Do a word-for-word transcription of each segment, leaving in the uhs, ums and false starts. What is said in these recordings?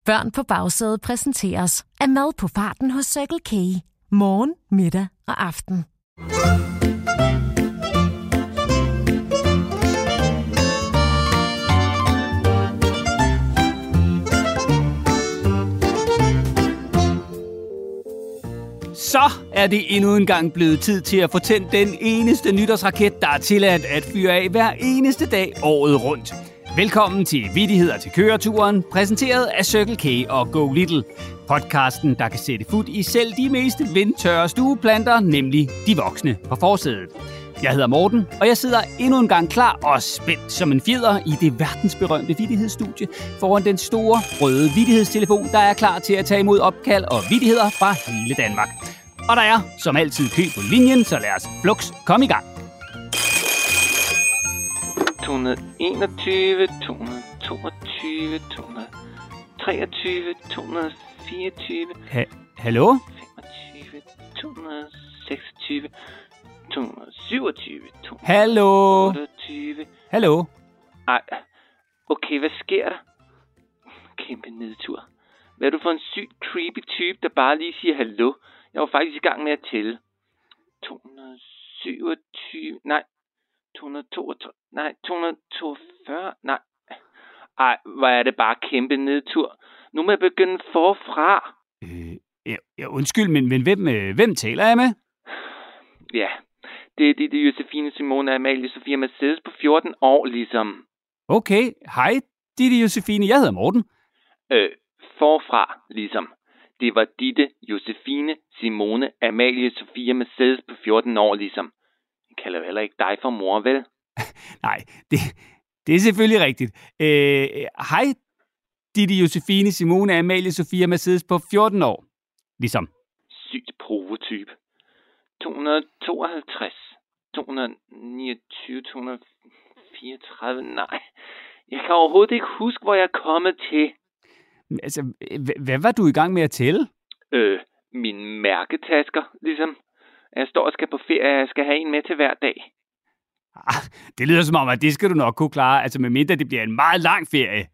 Børn på bagsædet præsenteres af mad på farten hos Circle K. Morgen, middag og aften. Så er det endnu en gang blevet tid til at få tændt den eneste nytårsraket, der er tilladt at fyre af hver eneste dag året rundt. Velkommen til Vittigheder til køreturen, præsenteret af Circle K og Go Little. Podcasten, der kan sætte fut i selv de mest vindtørre stueplanter, nemlig de voksne på forsædet. Jeg hedder Morten, og jeg sidder endnu en gang klar og spændt som en fjeder i det verdensberømte vittighedsstudie foran den store røde vittighedstelefon, der er klar til at tage imod opkald og vittigheder fra hele Danmark. Og der er som altid kø på linjen, så lad os fluks komme i gang. to hundrede og enogtyve, to hundrede og toogtyve, to hundrede og treogtyve, to hundrede og fireogtyve, Ha- Hallo? femogtyve, to hundrede og seksogtyve, to hundrede og syvogtyve, to hundrede og Hallo? otteogtyve. Hallo? Ej, okay, hvad sker der? Kæmpe nedtur. Hvad er du for en sygt creepy type, der bare lige siger hallo? Jeg var faktisk i gang med at tælle. to hundrede og syvogtyve, nej. to hundrede og toogtredive, nej, to hundrede og toogfyrre, nej. Ej, hvor er det bare kæmpe nedtur. Nu må jeg begynde forfra. Øh, ja, ja, undskyld, men, men hvem, øh, hvem taler jeg med? Ja, det er det, det er Josefine, Simone, Amalie, Sofia, Mercedes på fjorten år, ligesom. Okay, hej, Ditte Josefine, jeg hedder Morten. Øh, forfra, ligesom. Det var Ditte, Josefine, Simone, Amalie, Sofia, Mercedes på fjorten år, ligesom. Jeg kalder jo heller ikke dig for mor, vel? Nej, det, det er selvfølgelig rigtigt. Øh, hej, Ditte Josefine, Simone, Amalie, Sofia, Mercedes på fjorten år. Ligesom. Sygt provotype. to hundrede og tooghalvtreds, to hundrede og niogtyve, to hundrede og fireogtredive, nej. Jeg kan overhovedet ikke huske, hvor jeg er kommet til. Altså, h- hvad var du i gang med at tælle? Øh, mine mærketasker, ligesom. Jeg står og skal på ferie, og jeg skal have en med til hver dag. Ah, det lyder som om, at det skal du nok kunne klare, altså medmindre det bliver en meget lang ferie.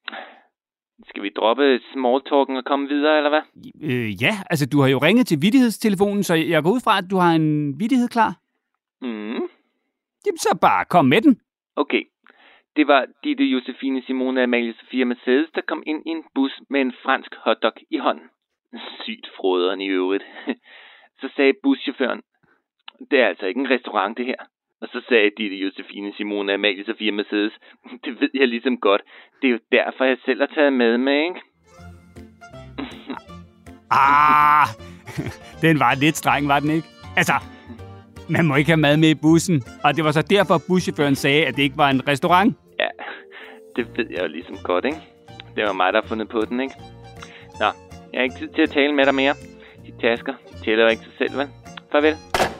Skal vi droppe smalltalken og komme videre, eller hvad? Øh, ja, altså du har jo ringet til vittighedstelefonen, så jeg går ud fra, at du har en vittighed klar. Mm. Jamen så bare kom med den. Okay. Det var Ditte, Josefine, Simone, Amalie, Sofia, Mercedes, der kom ind i en bus med en fransk hotdog i hånden. Sygt froderen i øvrigt. Så sagde buschaufføren, det er altså ikke en restaurant, det her. Og så sagde Ditte, Josefine, Simone, Amalie, Sofia, Mercedes, det ved jeg ligesom godt. Det er jo derfor, jeg selv har taget med med, ikke? Ah, den var lidt streng, var den ikke? Altså, man må ikke have mad med i bussen. Og det var så derfor, buschaufføren sagde, at det ikke var en restaurant. Ja, det ved jeg jo ligesom godt, ikke? Det var mig, der har fundet på den, ikke? Nå, jeg har ikke tid til at tale med dig mere. De tasker, de tæller jo ikke sig selv, vel? Farvel.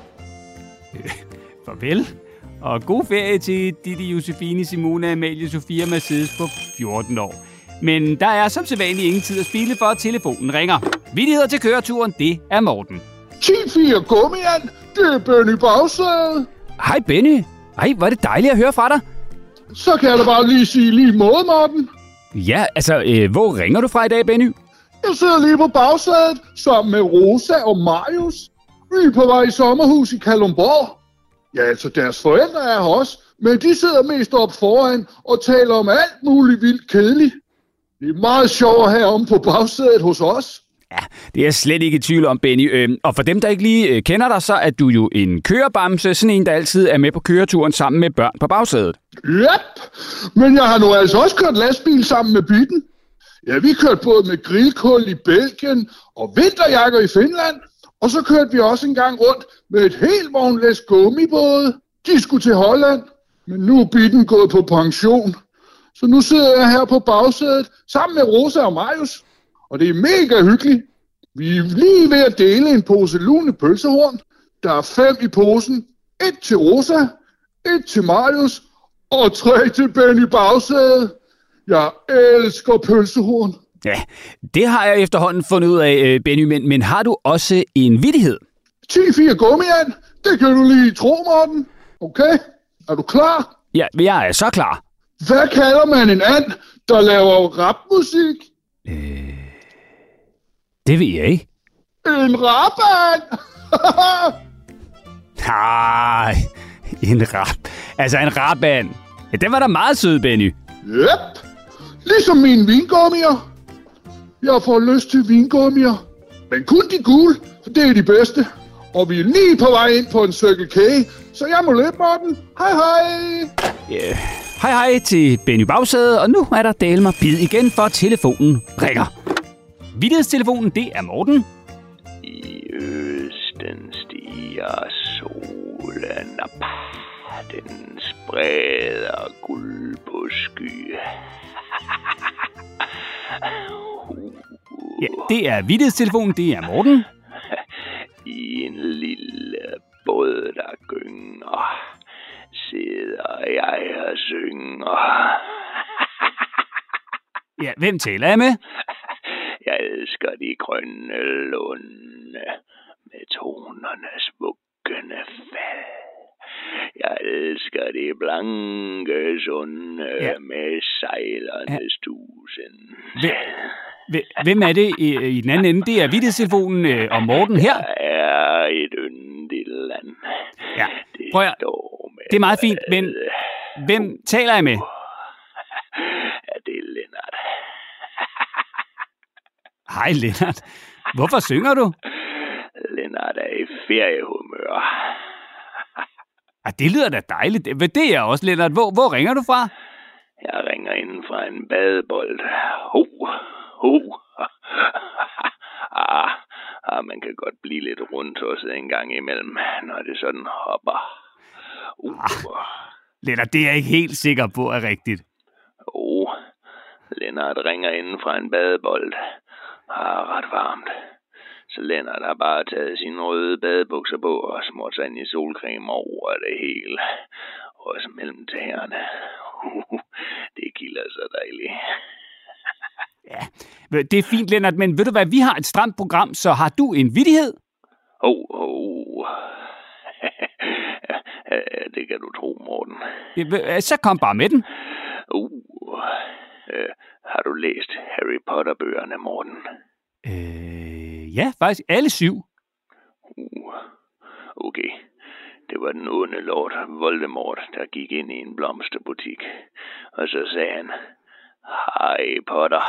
Farvel. Og god ferie til Ditte, Josefine, Simone, Amalie, Sofia, Mercedes på fjorten år. Men der er som sædvanligt ingen tid at spilde, for telefonen ringer. Vittigheder til køreturen, det er Morten. ti fire Gummian, det er Benny Bagsæde. Hej Benny. Ej, hvor er det dejligt at høre fra dig. Så kan jeg da bare lige sige lige måde, Morten. Ja, altså, øh, hvor ringer du fra i dag, Benny? Jeg sidder lige på bagsædet sammen med Rosa og Marius. Vi er på vej i sommerhus i Kalundborg. Ja, altså deres forældre er her også, men de sidder mest op foran og taler om alt muligt vildt kedeligt. Det er meget sjovt at have om på bagsædet hos os. Ja, det er jeg slet ikke i tvivl om, Benny. Øh, og for dem, der ikke lige øh, kender dig, så er du jo en kørebamse, sådan en, der altid er med på køreturen sammen med børn på bagsædet. Yep, men jeg har nu altså også kørt lastbil sammen med Bitten. Ja, vi kørte både med grillkul i Belgien og vinterjakker i Finland. Og så kørte vi også en gang rundt med et helt vognlæs gummibåde. De skulle til Holland, men nu er Bitten gået på pension. Så nu sidder jeg her på bagsædet sammen med Rosa og Marius. Og det er mega hyggeligt. Vi er lige ved at dele en pose lune pølsehorn. Der er fem i posen. Et til Rosa, et til Marius og tre til Benny Bagsæde. Jeg elsker pølsehorn. Ja, det har jeg efterhånden fundet ud af, Benny, men, men har du også en vittighed? ti fire Gummian, det kan du lige tro, Morten. Okay, er du klar? Ja, jeg er så klar. Hvad kalder man en and, der laver rapmusik? Øh, Det ved jeg ikke. En raban! Nej, en rap. Altså en raban. Ja, den var da meget sød, Benny. Yep. Ligesom mine vingummier. Jeg får lyst til vingummier. Men kun de gule, for det er de bedste. Og vi er lige på vej ind på en Circle K, så jeg må løbe, Morten. Hej hej! Yeah. Hej hej til Benny Bagsæde, og nu er der dale mig bid igen, for telefonen ringer. Vittighedstelefonen, det er Morten. I østen stiger solen op. Den spreder guld på sky. Ja, det er vittighedstelefonen, det er Morten. I en lille båd, der gynger, sidder jeg og synger. Ja, hvem taler jeg med? Jeg elsker de grønne lunde med tonernes vuggende fald. Jeg elsker de blanke sunde ja. Med sejlernes ja. Tusind. Hvem er det i, i den anden ende? Det er vittighedstelefonen øh, og Morten her. Jeg er et yndigt land. Ja, prøv at, det er meget fint, men hvem taler jeg med? Ja, det er Lennart. Hej Lennart. Hvorfor synger du? Lennart er i feriehumør. Ah, det lyder da dejligt. Det er også, Lennart. Hvor, hvor ringer du fra? Jeg ringer inden fra en badebold. Ho, ho. ah, ah, man kan godt blive lidt rundtosset en gang imellem, når det sådan hopper. Uh. Ah, Lennart, det er jeg ikke helt sikker på er rigtigt. Oh, Lennart ringer inden fra en badebold. Ah, ret varmt. Så Lennart har bare taget sine røde badebukser på og smurt sig ind i solcreme over det hele. Også mellem tæerne. Uh, det kilder så dejligt. Ja, det er fint, Lennart, men ved du hvad, vi har et stramt program, så har du en vittighed? Oh, oh. Det kan du tro, Morten. Ja, så kom bare med den. Uh, uh, har du læst Harry Potter-bøgerne, Morten? Øh, ja, faktisk alle syv. Uh, okay. Det var den onde lord Voldemort, der gik ind i en blomsterbutik. Og så sagde han, Harry Potter.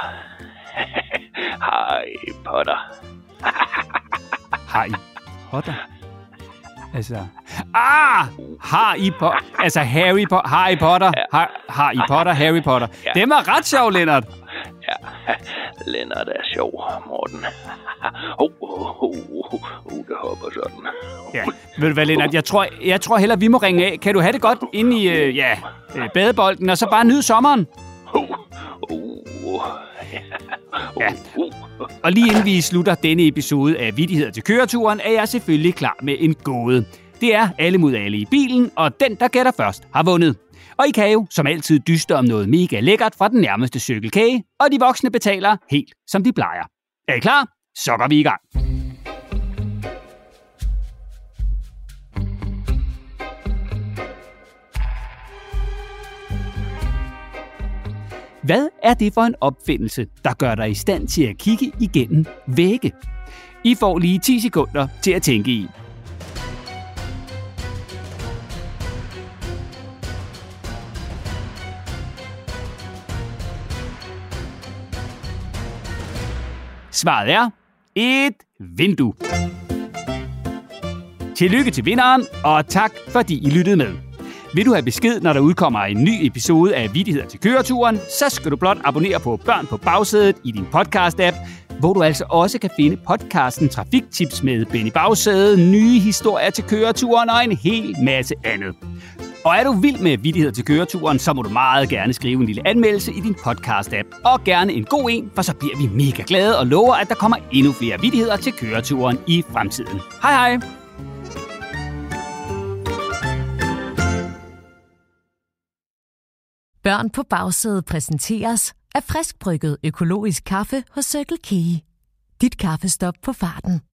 Harry Potter. Harry Potter? Altså... Ah! Harry Potter. Altså Harry Potter. Harry Potter. Ja. Har- Harry Potter. Harry Potter. Ja. Det var ret sjov, Lennart. Ja, Lennart er sjov, Morten. Ho, ho, ho, ho, det hopper sådan. Ja, ved du hvad, Lennart? Jeg tror, jeg tror hellere, vi må ringe af. Kan du have det godt inde i øh, ja, øh, badebolden, og så bare nyde sommeren? Ho, ho, ja. Og lige inden vi slutter denne episode af Vittigheder til køreturen, er jeg selvfølgelig klar med en gåde. Det er alle mod alle i bilen, og den, der gætter først, har vundet. Og I kan jo, som altid, dyste om noget mega lækkert fra den nærmeste Circle K, og de voksne betaler helt, som de plejer. Er I klar? Så går vi i gang. Hvad er det for en opfindelse, der gør dig i stand til at kigge igennem vægge? I får lige ti sekunder til at tænke i. Svaret er et vindue. Tillykke til vinderen, og tak fordi I lyttede med. Vil du have besked, når der udkommer en ny episode af Vittigheder til køreturen, så skal du blot abonnere på Børn på Bagsædet i din podcast-app, hvor du altså også kan finde podcasten Trafiktips med Benny Bagsæde, nye historier til køreturen og en hel masse andet. Og er du vild med Vittigheder til køreturen, så må du meget gerne skrive en lille anmeldelse i din podcast-app. Og gerne en god en, for så bliver vi mega glade og lover, at der kommer endnu flere vittigheder til køreturen i fremtiden. Hej hej! Børn på Bagsædet præsenteres af friskbrygget økologisk kaffe hos Circle K. Dit kaffestop på farten.